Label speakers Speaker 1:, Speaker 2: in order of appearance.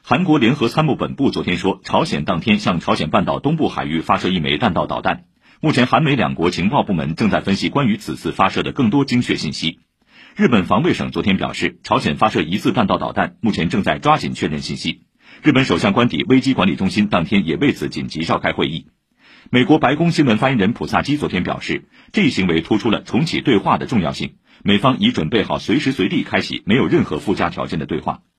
Speaker 1: 韩国联合参谋本部昨天说，朝鲜当天向朝鲜半岛东部海域发射一枚弹道导弹。目前韩美两国情报部门正在分析关于此次发射的更多精确信息。日本防卫省昨天表示，朝鲜发射疑似弹道导弹，目前正在抓紧确认信息。日本首相官邸危机管理中心当天也为此紧急召开会议。美国白宫新闻发言人普萨基昨天表示，这一行为突出了重启对话的重要性，美方已准备好随时随地开启没有任何附加条件的对话。